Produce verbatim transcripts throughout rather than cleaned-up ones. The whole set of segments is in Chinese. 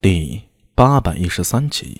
第八百一十三集。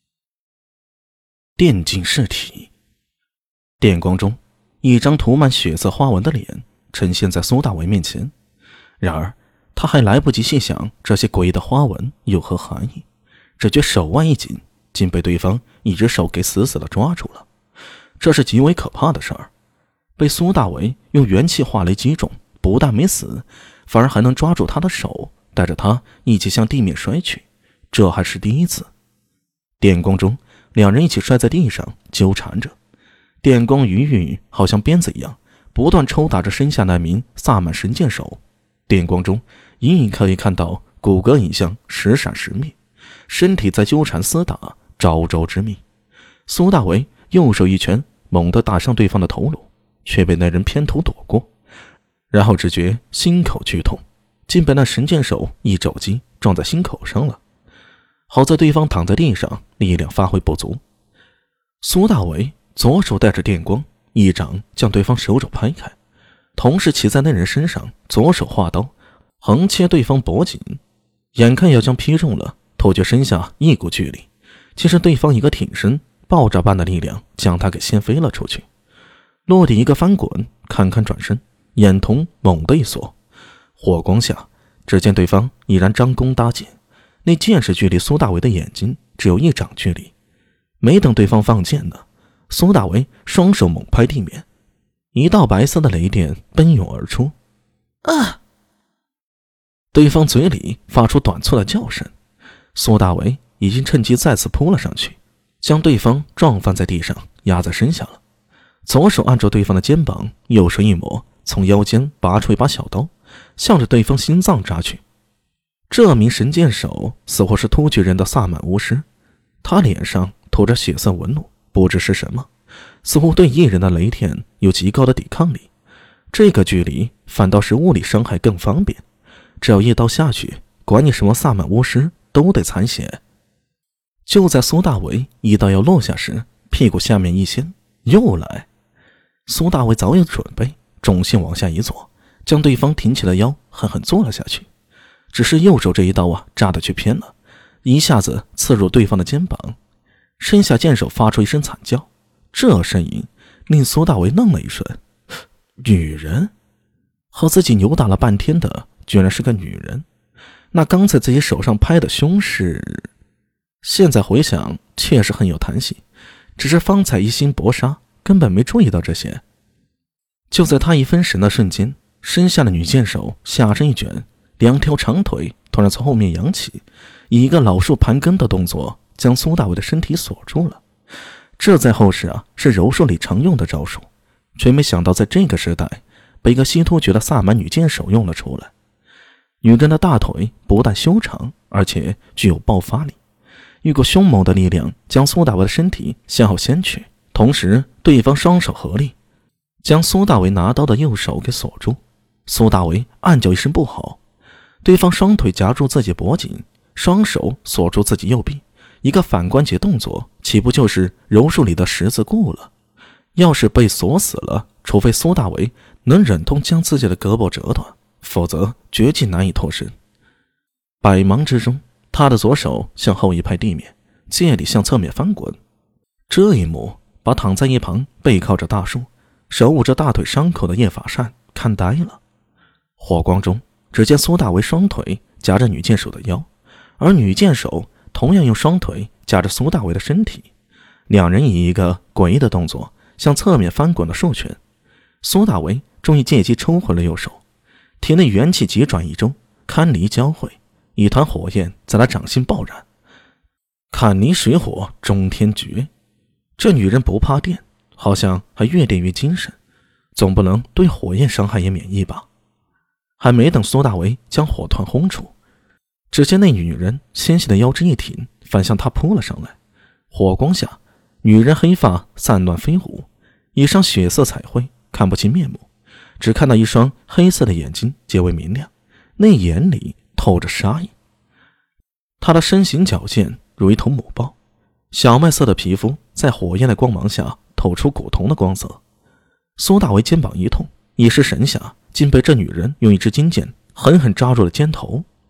电竞试体。电光中，一张涂满血色花纹的脸呈现在苏大伟面前。然而他还来不及细想这些诡异的花纹有何含义，只觉手腕一紧，竟被对方一只手给死死地抓住了。这是极为可怕的事儿。被苏大伟用元气化雷击中，不但没死，反而还能抓住他的手，带着他一起向地面摔去，这还是第一次。电光中，两人一起摔在地上，纠缠着。电光鱼鱼好像鞭子一样，不断抽打着身下那名萨满神箭手。电光中，隐隐可以看到骨骼影像时闪时灭，身体在纠缠厮打，招招致命。苏大为右手一拳猛地打上对方的头颅，却被那人偏头躲过，然后只觉心口剧痛，竟被那神箭手一肘击撞在心口上了。好在对方躺在地上，力量发挥不足。苏大为左手带着电光，一掌将对方手肘拍开，同时骑在那人身上，左手划刀横切对方脖颈，眼看要将劈中了，突觉身下一股巨力，其实对方一个挺身，爆炸般的力量将他给掀飞了出去，落地一个翻滚，看看转身，眼瞳猛地一锁，火光下，只见对方已然张弓搭箭，那箭是距离苏大为的眼睛只有一掌距离。没等对方放箭呢，苏大为双手猛拍地面，一道白色的雷电奔涌而出。啊！对方嘴里发出短促的叫声，苏大为已经趁机再次扑了上去，将对方撞翻在地上，压在身下了。左手按住对方的肩膀，右手一抹，从腰间拔出一把小刀，向着对方心脏扎去。这名神箭手似乎是突厥人的萨满巫师，他脸上涂着血色纹路，不知是什么，似乎对异人的雷电有极高的抵抗力。这个距离反倒是物理伤害更方便，只要一刀下去，管你什么萨满巫师都得残血。就在苏大为一刀要落下时，屁股下面一掀，又来。苏大为早有准备，重心往下一坐，将对方挺起了腰，狠狠坐了下去。只是右手这一刀啊，扎得却偏了，一下子刺入对方的肩膀。身下剑手发出一声惨叫，这声音令苏大为愣了一瞬。女人？和自己扭打了半天的居然是个女人。那刚才自己手上拍的凶是……现在回想确实很有弹性，只是方才一心搏杀，根本没注意到这些。就在他一分神的瞬间，身下的女剑手下身一卷，两条长腿突然从后面扬起，以一个老树盘根的动作将苏大伟的身体锁住了。这在后世啊是柔术里常用的招数，却没想到在这个时代被一个西突厥的萨满女剑手用了出来。女人的大腿不但修长，而且具有爆发力，一股凶猛的力量将苏大伟的身体向后掀去，同时对方双手合力将苏大伟拿刀的右手给锁住。苏大伟暗叫一声不好，对方双腿夹住自己脖颈，双手锁住自己右臂，一个反关节动作，岂不就是柔术里的十字固了？要是被锁死了，除非苏大为能忍痛将自己的胳膊折断，否则绝技难以脱身。百忙之中，他的左手向后一拍地面，借力向侧面翻滚。这一幕把躺在一旁背靠着大树，手捂着大腿伤口的叶法善看呆了。火光中，只见苏大为双腿夹着女剑手的腰，而女剑手同样用双腿夹着苏大为的身体，两人以一个诡异的动作向侧面翻滚了数圈。苏大为终于借机抽回了右手，体内元气急转移中，堪离交汇，一团火焰在他掌心爆燃。坎离水火中天绝，这女人不怕电，好像还越电越精神，总不能对火焰伤害也免疫吧？还没等苏大为将火团轰出，只见那女人纤细的腰肢一挺，反向他扑了上来。火光下，女人黑发散乱飞舞，一双血色彩绘，看不清面目，只看到一双黑色的眼睛极为明亮，那眼里透着杀意。她的身形矫健，如一头母豹，小麦色的皮肤在火焰的光芒下透出古铜的光泽。苏大为肩膀一痛，一时神暇，竟被这女人用一支金剑狠狠扎住了肩头。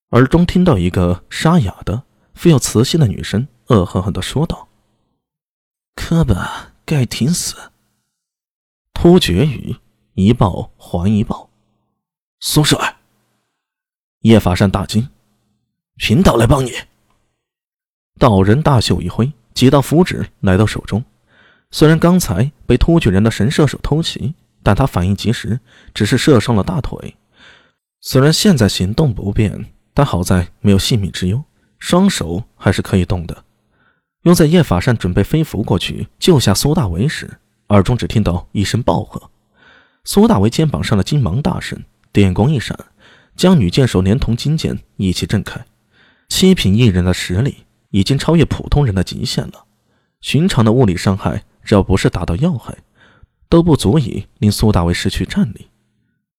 耳中听到一个沙哑的、富有磁性的女声恶狠狠地说道：“磕巴该挺死。”突厥语一报还一报。苏帅！叶法善大惊：“贫道来帮你！”道人大袖一挥，几道符纸来到手中。虽然刚才被突厥人的神射手偷袭，但他反应及时，只是射伤了大腿。虽然现在行动不便，但好在没有性命之忧，双手还是可以动的。用在叶法善准备飞伏过去救下苏大为时，耳中只听到一声暴喝。苏大为肩膀上的金芒大盛，电光一闪，将女剑手连同金剑一起震开。七品异人的实力已经超越普通人的极限了，寻常的物理伤害只要不是打到要害，都不足以令苏大为失去战力。